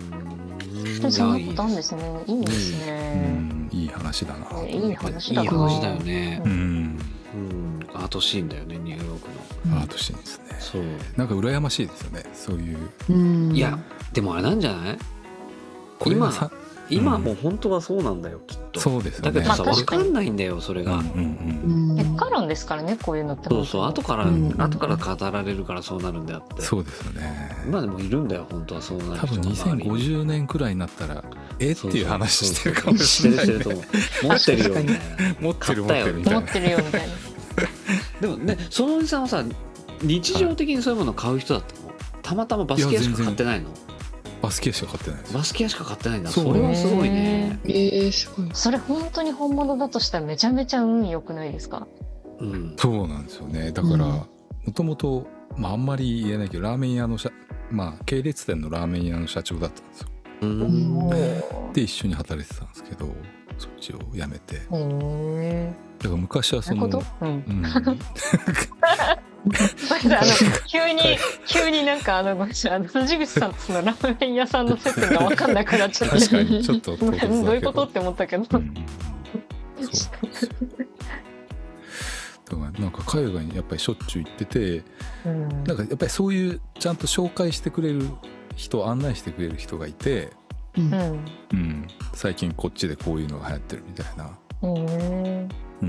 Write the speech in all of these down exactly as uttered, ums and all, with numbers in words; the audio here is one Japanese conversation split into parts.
でそんなことあるんですね。いいですね。 うん、いい話だな。 いい話だな。 いい話だよね。 うん、 うん、アートシーンだよね、ニューヨークのアートシーンですね。 そう、 なんか羨ましいですよね、そういう。 うん、 いやでもあれなんじゃない？今今もう本当はそうなんだよ、きっと。 そうですよね。 だけどさ、 まあ分かんないんだよそれが。 うんうんうん、 結果論ですからね、こういうのって。 そうそう、後から、 うんうん、 後から語られるからそうなるんであって。 そうですよね。 今でもいるんだよ本当はそうなる人が。 多分にせんごじゅうねんくらいになったらえっていう話してるかもしれない、ね。 してるしてると思う。持ってるよみたいな。 持ってる持ってるみたいな。 持ってるよみたいな。 でもね、そのおじさんはさ、日常的にそういうものを買う人だったの？たまたまバスケ屋しか買ってないの？ バスケ屋しか買ってないです。 バスケ屋しか買ってないんだ。 そそれはすごいね。 えー、すごい。 それ本当に本物だとしたらめちゃめちゃ運良くないですか？ うん、 そうなんですよね。だからもともとまああんまり言えないけどラーメン屋の社まあ系列店のラーメン屋の社長だったんですよ。 うん、 で一緒に働いてたんですけど、そっちを辞めて。 へだから昔はその、 うん、うん、 あの急に急になんかあのごめんなさい、あの辻口さんとそのラーメン屋さんの接点が分かんなくなっちゃって確かにちょっと唐突だけどどういうことって思ったけど、 うん、そうですよ。だからなんか海外にやっぱりしょっちゅう行ってて、うん、なんかやっぱりそういうちゃんと紹介してくれる人、案内してくれる人がいて、うんうん、最近こっちでこういうのが流行ってるみたいな、うんうん、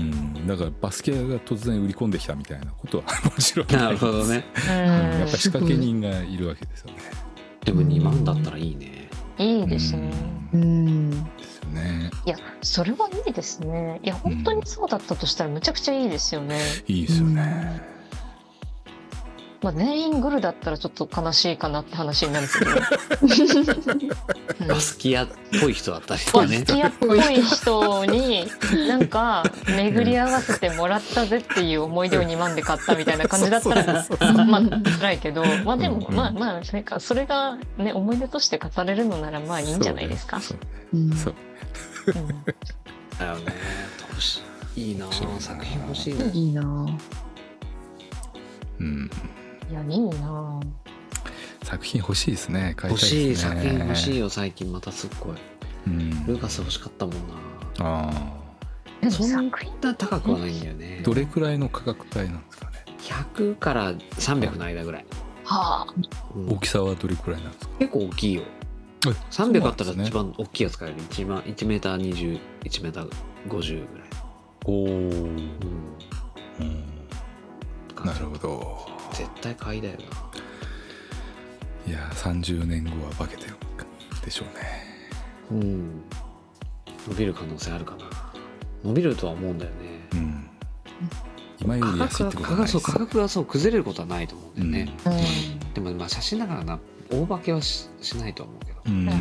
だからバスケ屋が突然売り込んできたみたいなことはもちろんないです。 なるほどね、 うん、やっぱり仕掛け人がいるわけですよね。 でもにまんだったらいいね。 いいですね。 うん、 ですよね。 いやそれはいいですね。いや本当にそうだったとしたらむちゃくちゃいいですよね。 いいですよね。 まあ、全員グルだったらちょっと悲しいかなって話になるけどバスキアっぽい人だったりとかね。 バスキアっぽい人になんか巡り合わせてもらったぜっていう思い出をにまんで買ったみたいな感じだったらまあ辛いけど、まあでもまあまあそれかそれがね思い出として語れるのならまあいいんじゃないですか。 そうね、 そう、 うん、だよね。いいな作品欲しいね。 いいな。 うん。 いやいいな。 作品欲しいですね。買いたいですね。 欲しい作品欲しいよ最近またすっごい。うん、ルーカス欲しかったもんな。 ああ。そんな高くはないんだよね。 どれくらいの価格帯なんですかね。 ひゃくからさんびゃくの間ぐらい。 はあ、 うん。大きさはどれくらいなんですか。 結構大きいよ。さんびゃくあったら一番大きいやつ買える。いちメーターにじゅう、いちメーターごじゅうぐらい。 おお、うん、 うん、 なるほど。 絶対買いだよな。 いやさんじゅうねんごは化けてるでしょうね。 うん、伸びる可能性あるかな。伸びるとは思うんだよね。うん、 今より安いってことはないです。 価格がそう崩れることはないと思うんだよね。うん、でもまあ写真だからな大化けは し, しないと思うけど。うん、うん、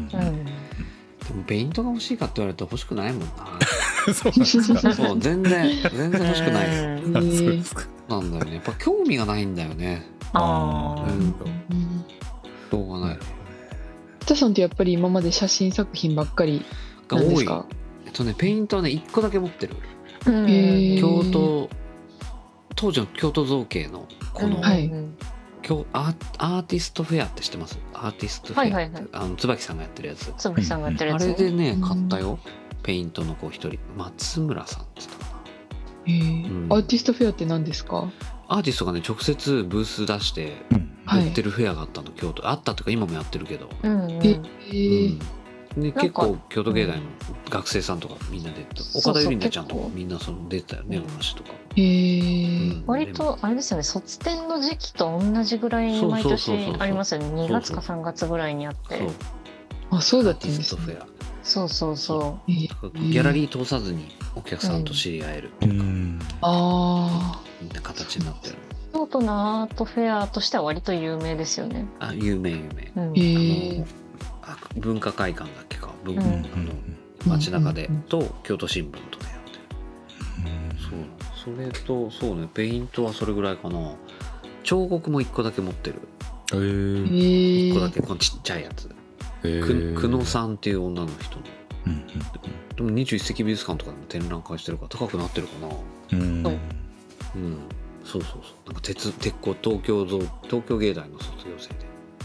でもペイントが欲しいかって言われると欲しくないもんな。 そうなんですか。 そう全然全然欲しくないよ。 あ、そうですか。 なんだよね。やっぱ興味がないんだよね。 ああ、なるほど。 しょうがない。 北さんってやっぱり今まで写真作品ばっかりなんですか？ えっとねペイントはねいっこだけ持ってる。京都当時の京都造形のこの、はい、アー、アーティストフェアって知ってます？アーティストフェア、はいはいはい、あの椿さんがやってるやつ。 椿さんがやってるやつ。 あれでね買ったよ。ペイントの子一人松村さんって言ったかな。 えーうん、アーティストフェアって何ですか？ アーティストがね直接ブース出して売ってるフェアがあったの、京都あったというか今もやってるけど、うんうん、えーうん、で結構京都芸大の学生さんとかみんなで岡田ゆりなちゃんとかみんなその出てたよね、お話とか。 へー、 うん、割とあれですよね、卒展の時期と同じぐらいに毎年ありますよね。にがつかさんがつぐらいにあって。 そうあ、そうだったんですね。 そうそうそう。 ギャラリー通さずにお客さんと知り合えるっていうか、うん、 ああ、 みんな形になってる。 京都のアートフェアとしては割と有名ですよね。 あ、有名有名。うん、あの文化会館だっけか、文、うん、あの街中で、うん、と京都新聞とねやってる。うん、そう、それとそうね、ペイントはそれぐらいかな。彫刻もいっこだけ持ってる。 へー、 いっこだけこのちっちゃいやつ。久野さんっていう女の人の、うんうん、でもにじゅういっ世紀美術館とかでも展覧会してるから高くなってるかな。うん、うん、そうそうそう、なんか 鉄, 鉄工東京東京芸大の卒業生で、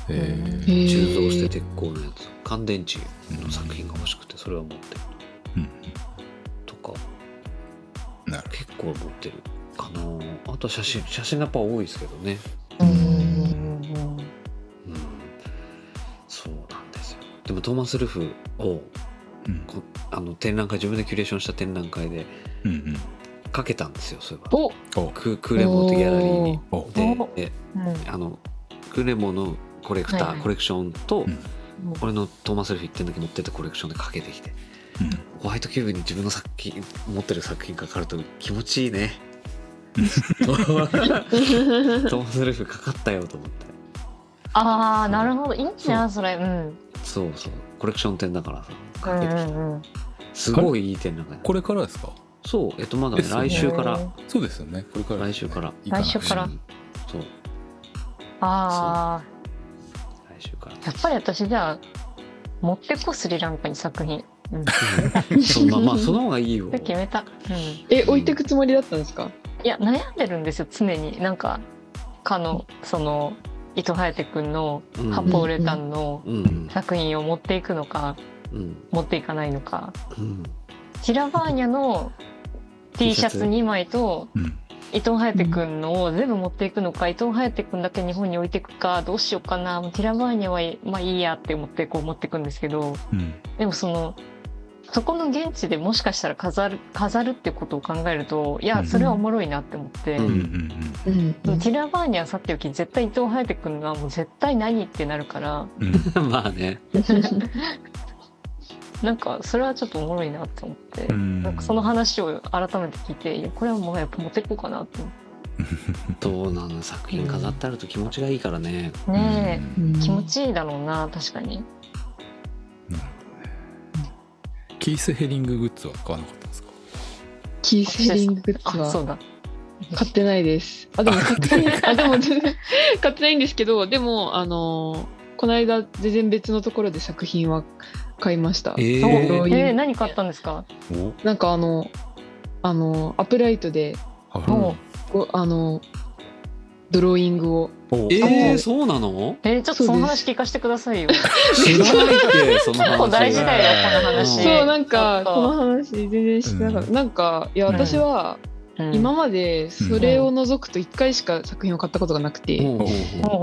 えー、 鋳造して鉄鋼のやつ、乾電池の作品が欲しくてそれは持ってる、うん、とかなる結構持ってるかな。あと写真写真やっぱ多いですけどね。 うんうんうん、そうなんですよ。でもトーマス・ルフを、うん、あの展覧会自分でキュレーションした展覧会で、うんうん、かけたんですよ。そういえばおククレモとギャラリーにでで、うん、あのクレモのコレクター、はいはい、コレクションと、うん、俺のトーマス・ルフ一点だけ持ってたコレクションでかけてきて、うん、ホワイトキューブに自分の作品持ってる作品かかると気持ちいいね。トーマス・ルフかかったよと思って。 ああなるほど、いいんじゃんそれ。うん、 そうそうコレクション展だからさかけてきた、うんうん、すごいいい展覧会。 これからですか？ そうえっとまだ、ね、来週から。 そうですよね、これから、ね、 来週から来週から、うん、 そうああ来週から。 やっぱり私じゃあ持ってこスリランカに作品、うん、 そうまあまあその方がいいよ。 決めた、うん、 え置いてくつもりだったんですか？ いや悩んでるんですよ常に。なんかかのその伊藤颯くんの八方ウレタンの作品を持っていくのか、うん、持っていかないのか、うん、ティラバーニャの T シャツにまいと、うん、伊藤颯くんのを全部持っていくのか、伊藤颯くんだけ日本に置いていくかどうしようかな。ティラバーニャはまあいいやって思ってこう持っていくんですけど、うん、でもそのそこの現地でもしかしたら飾る飾るってことを考えると、いやそれはおもろいなって思って、うんうんうん、ティラバーニャはさておき絶対伊藤颯くんはもう絶対何ってなるから、 うん、まあねなんかそれはちょっとおもろいなって思って、うん、なんかその話を改めて聞いて、いやこれはもうやっぱ持っていこうかなって思って。 どうなの作品飾ってあると気持ちがいいからね、 うん、ねえ、うん、気持ちいいだろうな確かに。 キース・ヘリンググッズは買わなかったんですか？ キース・ヘリンググッズはそうだ買ってないです。あでも買ってないあでも買ってないんですけど、でもあのこの間全然別のところで作品は買いました。 えー、えー、何買ったんですか？ なんかあのあのアップライトで、はい、あのドローイングを。 えー、そうなの？ えー、ちょっとその話聞かせてくださいよ。 知らないってその話。 結構大事だよこの話。 そうなんかこの話全然知ってなかった。うん、なんかいや私は今までそれを除くといっかいしか作品を買ったことがなくて、うん、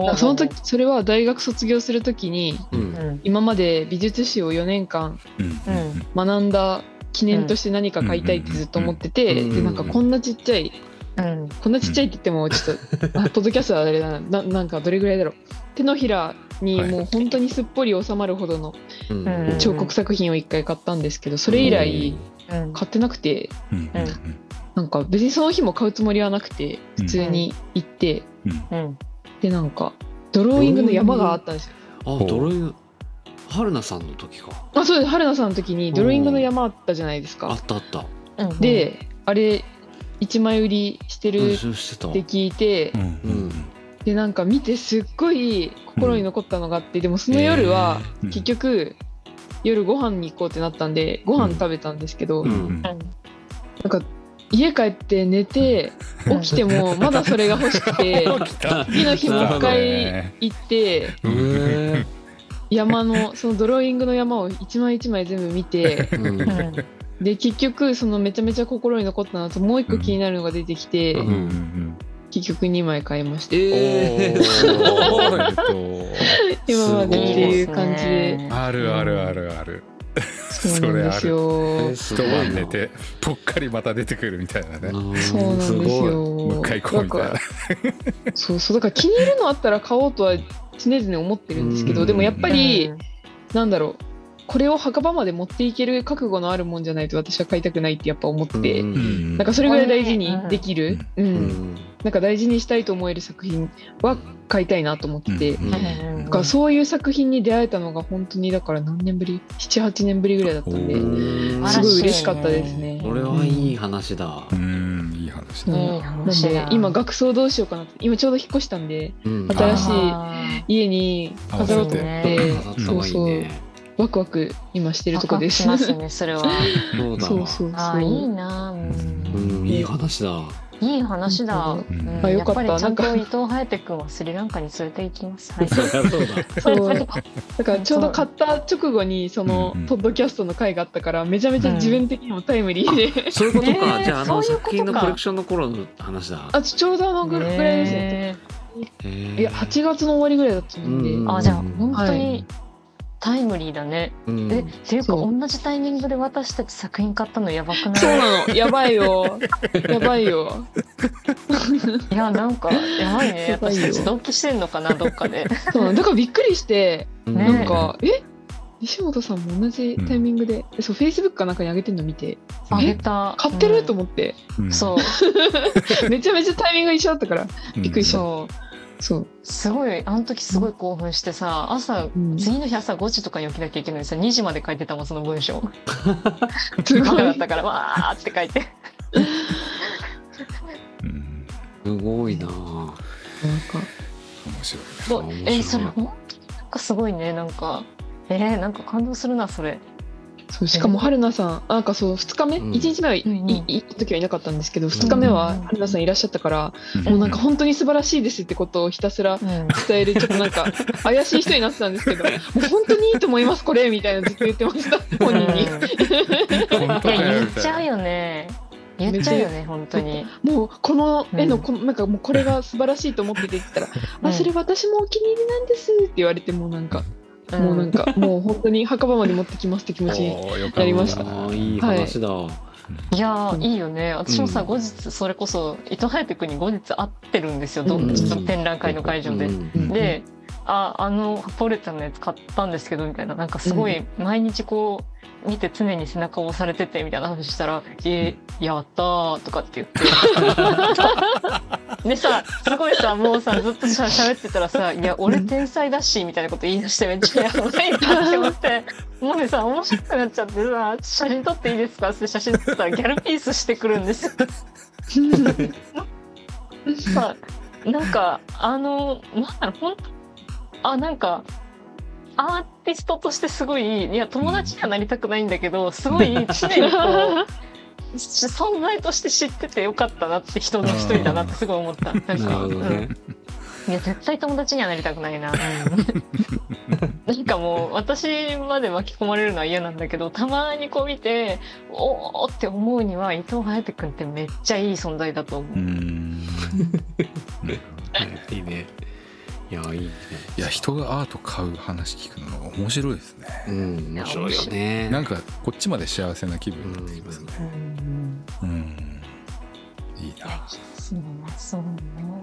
その時それは大学卒業する時に、うん、今まで美術史をよねんかん学んだ記念として何か買いたいってずっと思ってて、でなんかこんなちっちゃい。うん、こんなちっちゃいって言ってもちょっと、うん、あポッドキャストはあれだ な, な, なんかどれぐらいだろう、手のひらにもう本当にすっぽり収まるほどの彫刻作品をいっかい買ったんですけど、それ以来買ってなくて、うんうん、なんか別にその日も買うつもりはなくて普通に行って、うん、でなんかドローイングの山があったんですよ。 あドローイング春菜さんの時か。 あそうです、春菜さんの時にドローイングの山あったじゃないですか。 あったあった。 であれいちまい売りしてるって聞いて、うんうん、でなんか見てすっごい心に残ったのがあって、でもその夜は結局夜ご飯に行こうってなったんでご飯食べたんですけど、うん、なんか家帰って寝て起きてもまだそれが欲しくて次の日もう一回行って山のそのドローイングの山を一枚一枚全部見て、うんで結局そのめちゃめちゃ心に残ったのともう一個気になるのが出てきて、うんうんうん、結局にまい買いました。えー、今までっていう感じで。 あるあるあるある。 そうなんですよ。 一晩寝てぽっかりまた出てくるみたいなね。 そうなんですよ。 もう一回行こうみたいな。 そうそうだから気に入るのあったら買おうとは常々思ってるんですけど、でもやっぱりなんだろう。これを墓場まで持っていける覚悟のあるもんじゃないと私は買いたくないってやっぱ思って、うん、なんかそれぐらい大事にできる、うんうん、なんか大事にしたいと思える作品は買いたいなと思って、うん、だからそういう作品に出会えたのが本当にだから何年ぶり ななはちねんぶりぐらいだったんですごい嬉しかったですね。 これはいい話だ。 うんいい話だ。 なんで今学装どうしようかなって今ちょうど引っ越したんで、うん、新しい家に飾ろうと思って、そうそうワクワク今してるとこです。 ワクワクしますねそれは。 そうだ。 そうそうそう。 あいいな、 うん、うん、いい話だ。 いい話だ。 ううんんあよやっぱりかったちゃんとなん伊藤颯君はスリランカに連れて行きます。はい。 そうだそうだからちょうど買った直後にそのうんうんポッドキャストの回があったからめちゃめちゃ自分的にもタイムリーで、 そういうことか、 えーじゃああのそういうことか作品のコレクションの頃の話だ。 あちょうどあのぐらいですね。 ねへーいやはちがつの終わりぐらいだったんで、 うんあ、じゃあうん本当はにタイムリーだね。 うんえ、っていうかそう同じタイミングで私たち作品買ったのやばくない？ そうなのやばいよやばいよいやなんかやばいね。 やばいよ私たち同期してんのかなどっかで。 そうなのだからびっくりしてうんねなんかえ西本さんも同じタイミングで、そうフェイスブックかなんかに上げてるの見てあげた。 買ってる、と思思って、 うんそうめちゃめちゃタイミングが一緒だったからうんびっくりしたそう。 そう、 すごいあの時すごい興奮してさ、朝うん、 次の日朝ごじとかに起きなきゃいけないのにさにじまで書いてたもんその文章。 すごいバカだったからわーって書いて。 うんすごいな。 なんか面白いね。 そう面白いえそれほんなんかすごいねなんかえー、なんか感動するなそれ。 そうしかも春菜さんなんかそうふつかめ、 うんいちにちめはいうんうんい行った時はいなかったんですけどふつかめはうん春菜さんいらっしゃったから、 うんもうなんか本当に素晴らしいですってことをひたすらうん伝えるちょっとなんか怪しい人になってたんですけどもう本当にいいと思いますこれみたいなずっと言ってました本人に。 うん本当いや言かよみたいなっちゃうよね言っちゃうよね本当に。 もうこの絵のうんこのなんかもうこれが素晴らしいと思ってて言ったら「 うんあそれ私もお気に入りなんです」って言われてもうなんか、 うんもうなんかもう本当に墓場まで持ってきますって気持ちに。 おーよかったやりましたあーいい話だ。 いやーいいよね私もさ、 うん後日それこそ伊藤颯君に後日会ってるんですよ、どうんちょっと展覧会の会場で。 うんうんでああのポレちゃんのやつ買ったんですけどみたいななんかすごい毎日こう見て常に背中を押されててみたいな話したら「えー、やったー」とかって言ってでさすごいさもうさずっとしゃ喋ってたらさ「いや俺天才だし」みたいなこと言い出してめっちゃやばいなって思ってもうねさ面白くなっちゃってさ「写真撮っていいですか?」って写真撮ったらギャルピースしてくるんですよ。まあなんかあのなんだろう本当あなんかアーティストとしてすごいいや友達にはなりたくないんだけどすごい常にこう存在として知っててよかったなって人の一人だなってすごい思った。なんか、 なるほどね。 うん、いや絶対友達にはなりたくないな。うん、なんかもう私まで巻き込まれるのは嫌なんだけどたまにこう見ておーって思うには伊藤颯君ってめっちゃいい存在だと思う。 うんいいね。いやいいね。 いや人がアート買う話聞くのが面白いですね。 うん面白いよね。 なんかこっちまで幸せな気分になってきますね。 うんうん、いいな。 そうそうね。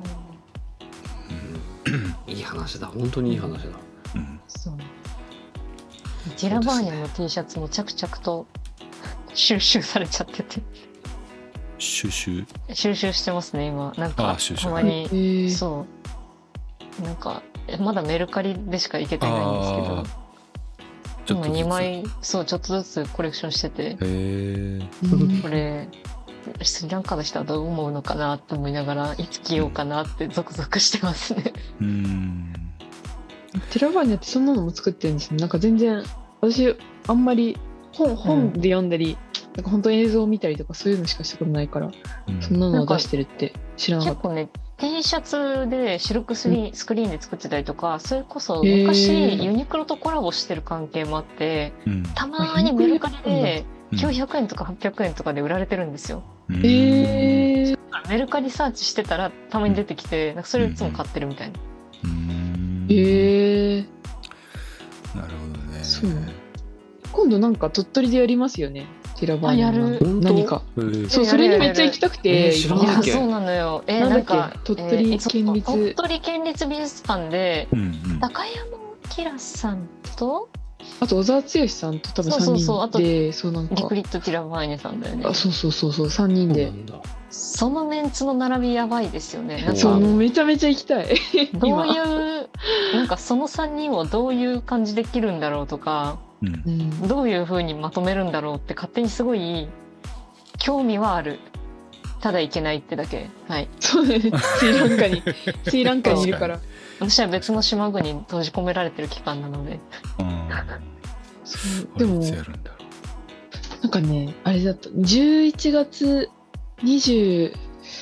いい話だ。本当にいい話だ。 うん、 そう。ティラバーニャの T シャツも着々と収集されちゃってて収集。 収集してますね今なんかあ収集たまにえーそうなんかまだメルカリでしか行けてないんですけどあちょっとずつ今にまいそうちょっとずつコレクションしててへえ。 うんこれスリランカの人はどう思うのかなって思いながらいつ着ようかなってゾクゾクしてますね。 うん。 テラバーニャってそんなのも作ってるんですね。なんか全然私あんまり本本で読んだり、なんか本当に映像を見たりとかそういうのしかしたことないから、 うんそんなのを出してるって知らなかった。 結構ね T シャツでシルクスリースクリーンで作ってたりとかそれこそへー昔ユニクロとコラボしてる関係もあってうんたまーにメルカリでうんきゅうひゃくえんとかはっぴゃくえんとかで売られてるんですよ。 うんえー、 メルカリサーチしてたらたまに出てきてなんかそれをいつも買ってるみたいな。 うんえー、 なるほどね。 そう今度なんか鳥取でやりますよね。テラバーニャのあやる何か。 へーそうそれにめっちゃ行きたくて。 えー知らいないっけやそうなのよ。えー、 なだっけなんんか鳥取えー県立鳥取県立美術館でうんうん高山明さんとあと小沢剛さんと多分そうそうそうあ 3 と人でそうなんかリクリッド・ティラバーニャさんだよねあ。そうそうそうそうさんにんでなんだ。 そのメンツの並びやばいですよね。なんかそうもうめちゃめちゃ行きたいどういうなんかそのさんにんをどういう感じで切るんだろうとかうんうんどういう風にまとめるんだろうって勝手にすごい興味はある。ただいけないってだけ。はい。 そうねスリランカにスリランカにいるから私は別の島国に閉じ込められてる期間なので。 うんそうでもいつやるんだろなんかねあれだったじゅういちがつにじゅう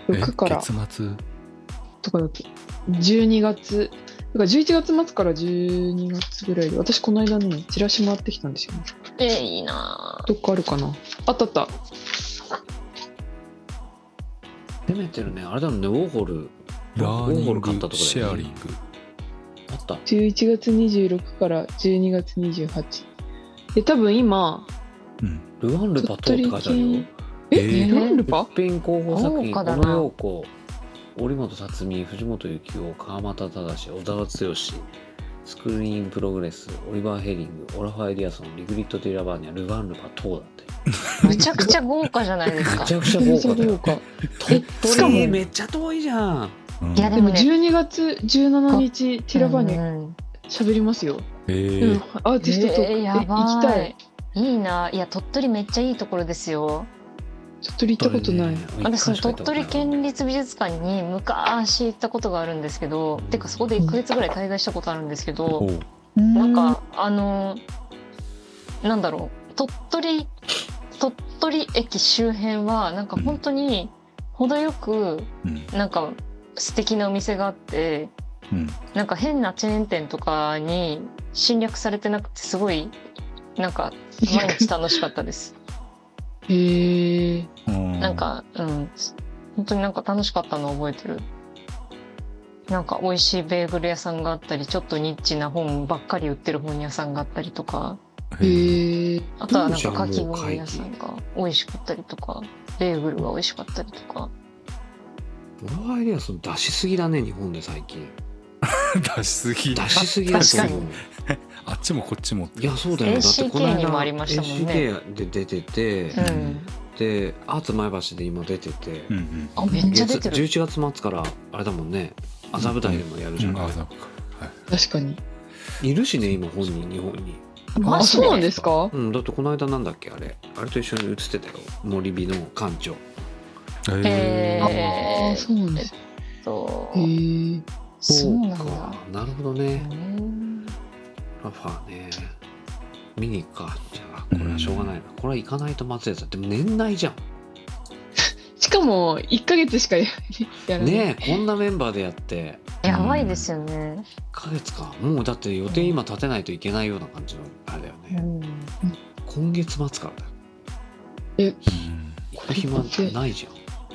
ろくから月末とかだとじゅうにがつだからじゅういちがつ末からじゅうにがつぐらいで、私この間ねチラシもらってきたんですよね。 えー、いいな。 どっかあるかな。あったあった。 攻めてるね。あれだもんね、ウォーホルラーニング買ったとこシェアリングあった。 じゅういちがつにじゅうろくからじゅうにがつにじゅうはちで、多分今、 うん、 ルアンルパトーって書いてあるよ。 え、えー、ルアンルパ？ 一品候補作品、 豪華だな。 小野陽子、折本辰巳、藤本幸男、川俣忠、小沢剛、スクリーンプログレス、オリバー・ヘリング、オラファエ・リアソン、リグリット・ディラバーニャ、ルアンルパトーだって。 めちゃくちゃ豪華じゃないですか。 めちゃくちゃ豪華だよ。鳥取めっちゃ遠いじゃん。 いやでもね、 じゅうにがつじゅうしちにちティラバーニャ喋りますよ。 えー、 うん、アーティストと、 えー、やばい。 行きたい。 いいな。いや鳥取めっちゃいいところですよ。 鳥取行ったことない。 私その鳥取県立美術館に昔行ったことがあるんですけど、うん、てかそこでいっかげつぐらい滞在したことあるんですけど、うん、なんかあのなんだろう、鳥取鳥取駅周辺はなんか本当に程よくなんか素敵なお店があって、うん、なんか変なチェーン店とかに侵略されてなくて、すごいなんか毎日楽しかったです。 へえー。 なんか、うん、本当になんか楽しかったのを覚えてる。なんか美味しいベーグル屋さんがあったり、ちょっとニッチな本ばっかり売ってる本屋さんがあったりとか。 へえ。 あとはなんかかき氷屋さんが美味しかったりとか、ベーグルが美味しかったりとか。 オラファエリアソン出しすぎだね、日本で最近。 出しすぎ出しすぎだと思う。 あっちもこっちも。 いやそうだよ。だってこの間 エーシーケー で出てて、うん、でアーツ前橋で今出てて、うんうん、 あめっちゃ出てる。 じゅういちがつ末からあれだもんね、麻布台でもやるじゃん。 うんうん、 確かにいるしね今本人日本に。 あ、そうなんですか？ うん、だってこの間なんだっけあれあれと一緒に映ってたよ、森美の館長。 へえー、あそうなんです。 そうへー、 そうなんだ。なるほどね。ラファーね、見に行くか。じゃあこれはしょうがないな、これは行かないとまずいやつだ。でも年内じゃん。 しかもいっかげつしかやらないねえ、こんなメンバーでやってやばいですよね。 いっかげつか。もうだって予定今立てないといけないような感じのあれだよね、うん、今月末からだよ。 え、 行く暇ないじゃん。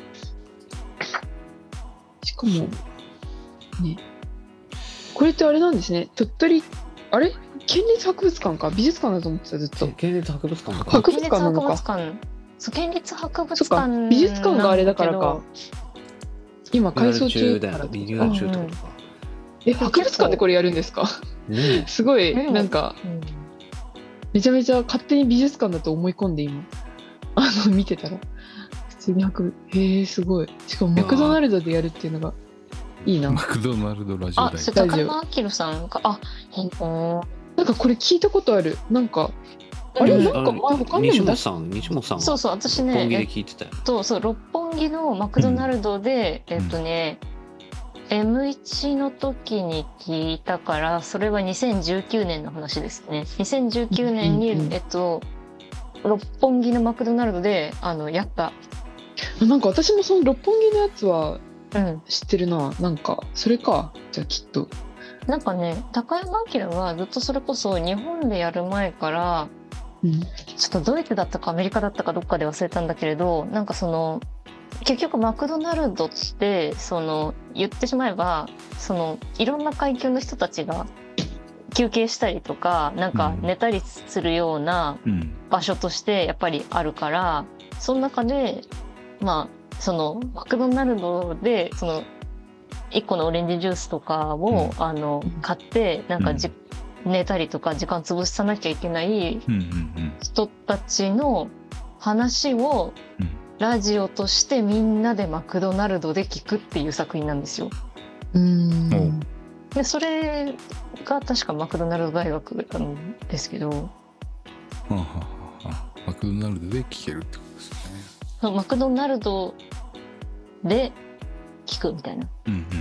しかもね、これってあれなんですね、鳥取あれ県立博物館か美術館だと思ってたずっと。 県立博物館か。 博物館なのか。 そう県立博物館。 美術館があれだからか。今改装中だよ。リニューアル中とか。うん、 え博物館でこれやるんですか？ね、すごいなんか、うん、めちゃめちゃ勝手に美術館だと思い込んで今あの見てたら普通に博物。へえすごい。しかもマクドナルドでやるっていうのがいいな。 マクドナルドラジオあ、それ高山明さんか。あ、へん。 なんかこれ聞いたことある。なんかあれ、うん、なんか前他にも出したん。西本さん。 そうそう、私ね。 六本木で聞いてたよ。 そうそう、六本木のマクドナルドで、うん、えっとね、うん、エムワン の時に聞いたから、それはにせんじゅうきゅうねんの話ですね。にせんじゅうきゅうねんに、うんうん、えっと六本木のマクドナルドであのやった。 なんか私もその六本木のやつは知ってるな。うん、なんかそれか。じゃあきっと。 なんかね、高山明はずっとそれこそ日本でやる前から。うん、ちょっとドイツだったかアメリカだったかどっかで忘れたんだけれど、なんかその結局マクドナルドってその言ってしまえばそのいろんな階級の人たちが休憩したりとかなんか寝たりするような場所としてやっぱりあるから、その中でまあそのマクドナルドでそのいっこのオレンジジュースとかを、うん、あの買ってなんかじ、うん寝たりとか時間潰さなきゃいけない人たちの話をラジオとしてみんなでマクドナルドで聞くっていう作品なんですよ。 うーんでそれが確かマクドナルド大学なんですけど、はあはあ、マクドナルドで聞けるってことですね。 マクドナルドで聞くみたいな。 うんうんうんうん。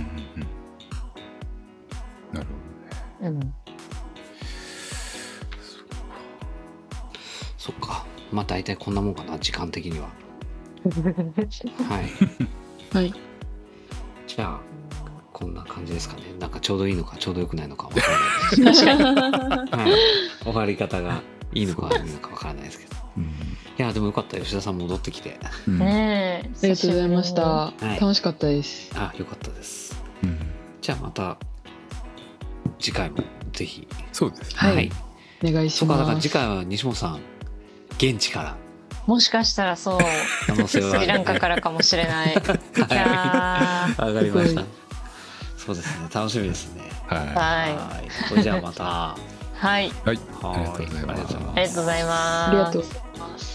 なるほどね。うん。 そっか、まあ大体こんなもんかな時間的には。はい。 はい、 じゃあこんな感じですかね。なんかちょうどいいのかちょうどよくないのか分からないですけどはい、終わり方がいいのか悪いのか分からないですけど、うん、いやでもよかった。吉田さん戻ってきて、 うん、ねありがとうございました、はい、楽しかったです。 あ、よかったです、うん、じゃあまた次回もぜひ。 そうですね、 はい、はい、お願いします。 そうか、だから次回は西本さん現地からもしかしたらそうスリランカからかもしれない。 わかりました。そうですね、楽しみですね。 はい、 はい、それじゃあまたはい、 はい、ありがとうございます。 ありがとうございます。 ありがとうございます。